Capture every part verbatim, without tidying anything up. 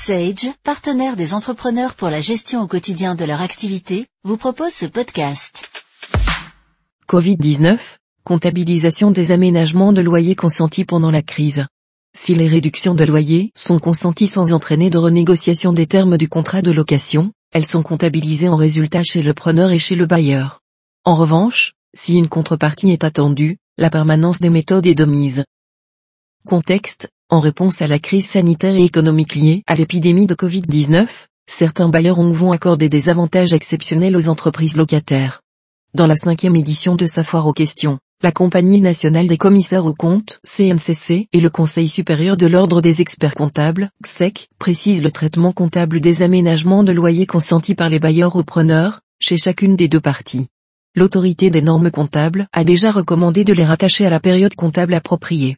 Sage, partenaire des entrepreneurs pour la gestion au quotidien de leur activité, vous propose ce podcast. covid dix-neuf, comptabilisation des aménagements de loyers consentis pendant la crise. Si les réductions de loyers sont consenties sans entraîner de renégociation des termes du contrat de location, elles sont comptabilisées en résultat chez le preneur et chez le bailleur. En revanche, si une contrepartie est attendue, la permanence des méthodes est de mise. Contexte, en réponse à la crise sanitaire et économique liée à l'épidémie de covid dix-neuf, certains bailleurs ont vont accorder des avantages exceptionnels aux entreprises locataires. Dans la cinquième édition de sa foire aux questions, la Compagnie nationale des commissaires aux comptes, C N C C, et le Conseil supérieur de l'ordre des experts comptables, C E C, précisent le traitement comptable des aménagements de loyers consentis par les bailleurs aux preneurs, chez chacune des deux parties. L'autorité des normes comptables a déjà recommandé de les rattacher à la période comptable appropriée.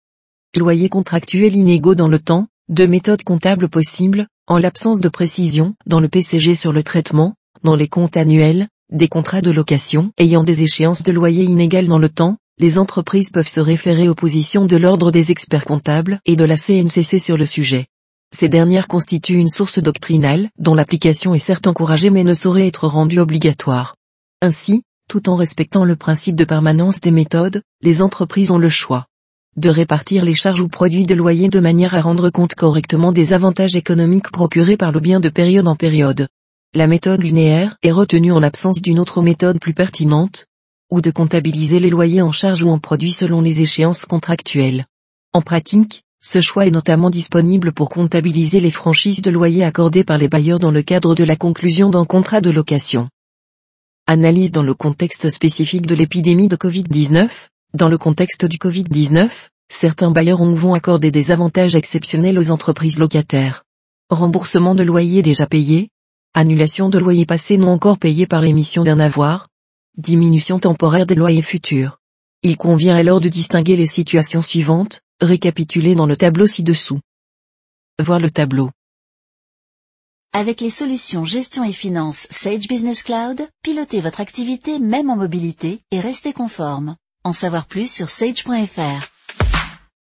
Loyers contractuels inégaux dans le temps, deux méthodes comptables possibles, en l'absence de précision, dans le P C G sur le traitement, dans les comptes annuels, des contrats de location ayant des échéances de loyer inégales dans le temps, les entreprises peuvent se référer aux positions de l'ordre des experts comptables et de la C N C C sur le sujet. Ces dernières constituent une source doctrinale, dont l'application est certes encouragée mais ne saurait être rendue obligatoire. Ainsi, tout en respectant le principe de permanence des méthodes, les entreprises ont le choix de répartir les charges ou produits de loyer de manière à rendre compte correctement des avantages économiques procurés par le bien de période en période. La méthode linéaire est retenue en l'absence d'une autre méthode plus pertinente, ou de comptabiliser les loyers en charges ou en produits selon les échéances contractuelles. En pratique, ce choix est notamment disponible pour comptabiliser les franchises de loyer accordées par les bailleurs dans le cadre de la conclusion d'un contrat de location. Analyse dans le contexte spécifique de l'épidémie de covid dix-neuf. Dans le contexte du covid dix-neuf, certains bailleurs ont vont accorder des avantages exceptionnels aux entreprises locataires. Remboursement de loyers déjà payés, annulation de loyers passés non encore payés par l'émission d'un avoir, diminution temporaire des loyers futurs. Il convient alors de distinguer les situations suivantes, récapitulées dans le tableau ci-dessous. Voir le tableau. Avec les solutions gestion et finance Sage Business Cloud, pilotez votre activité même en mobilité et restez conforme. En savoir plus sur sage point f r.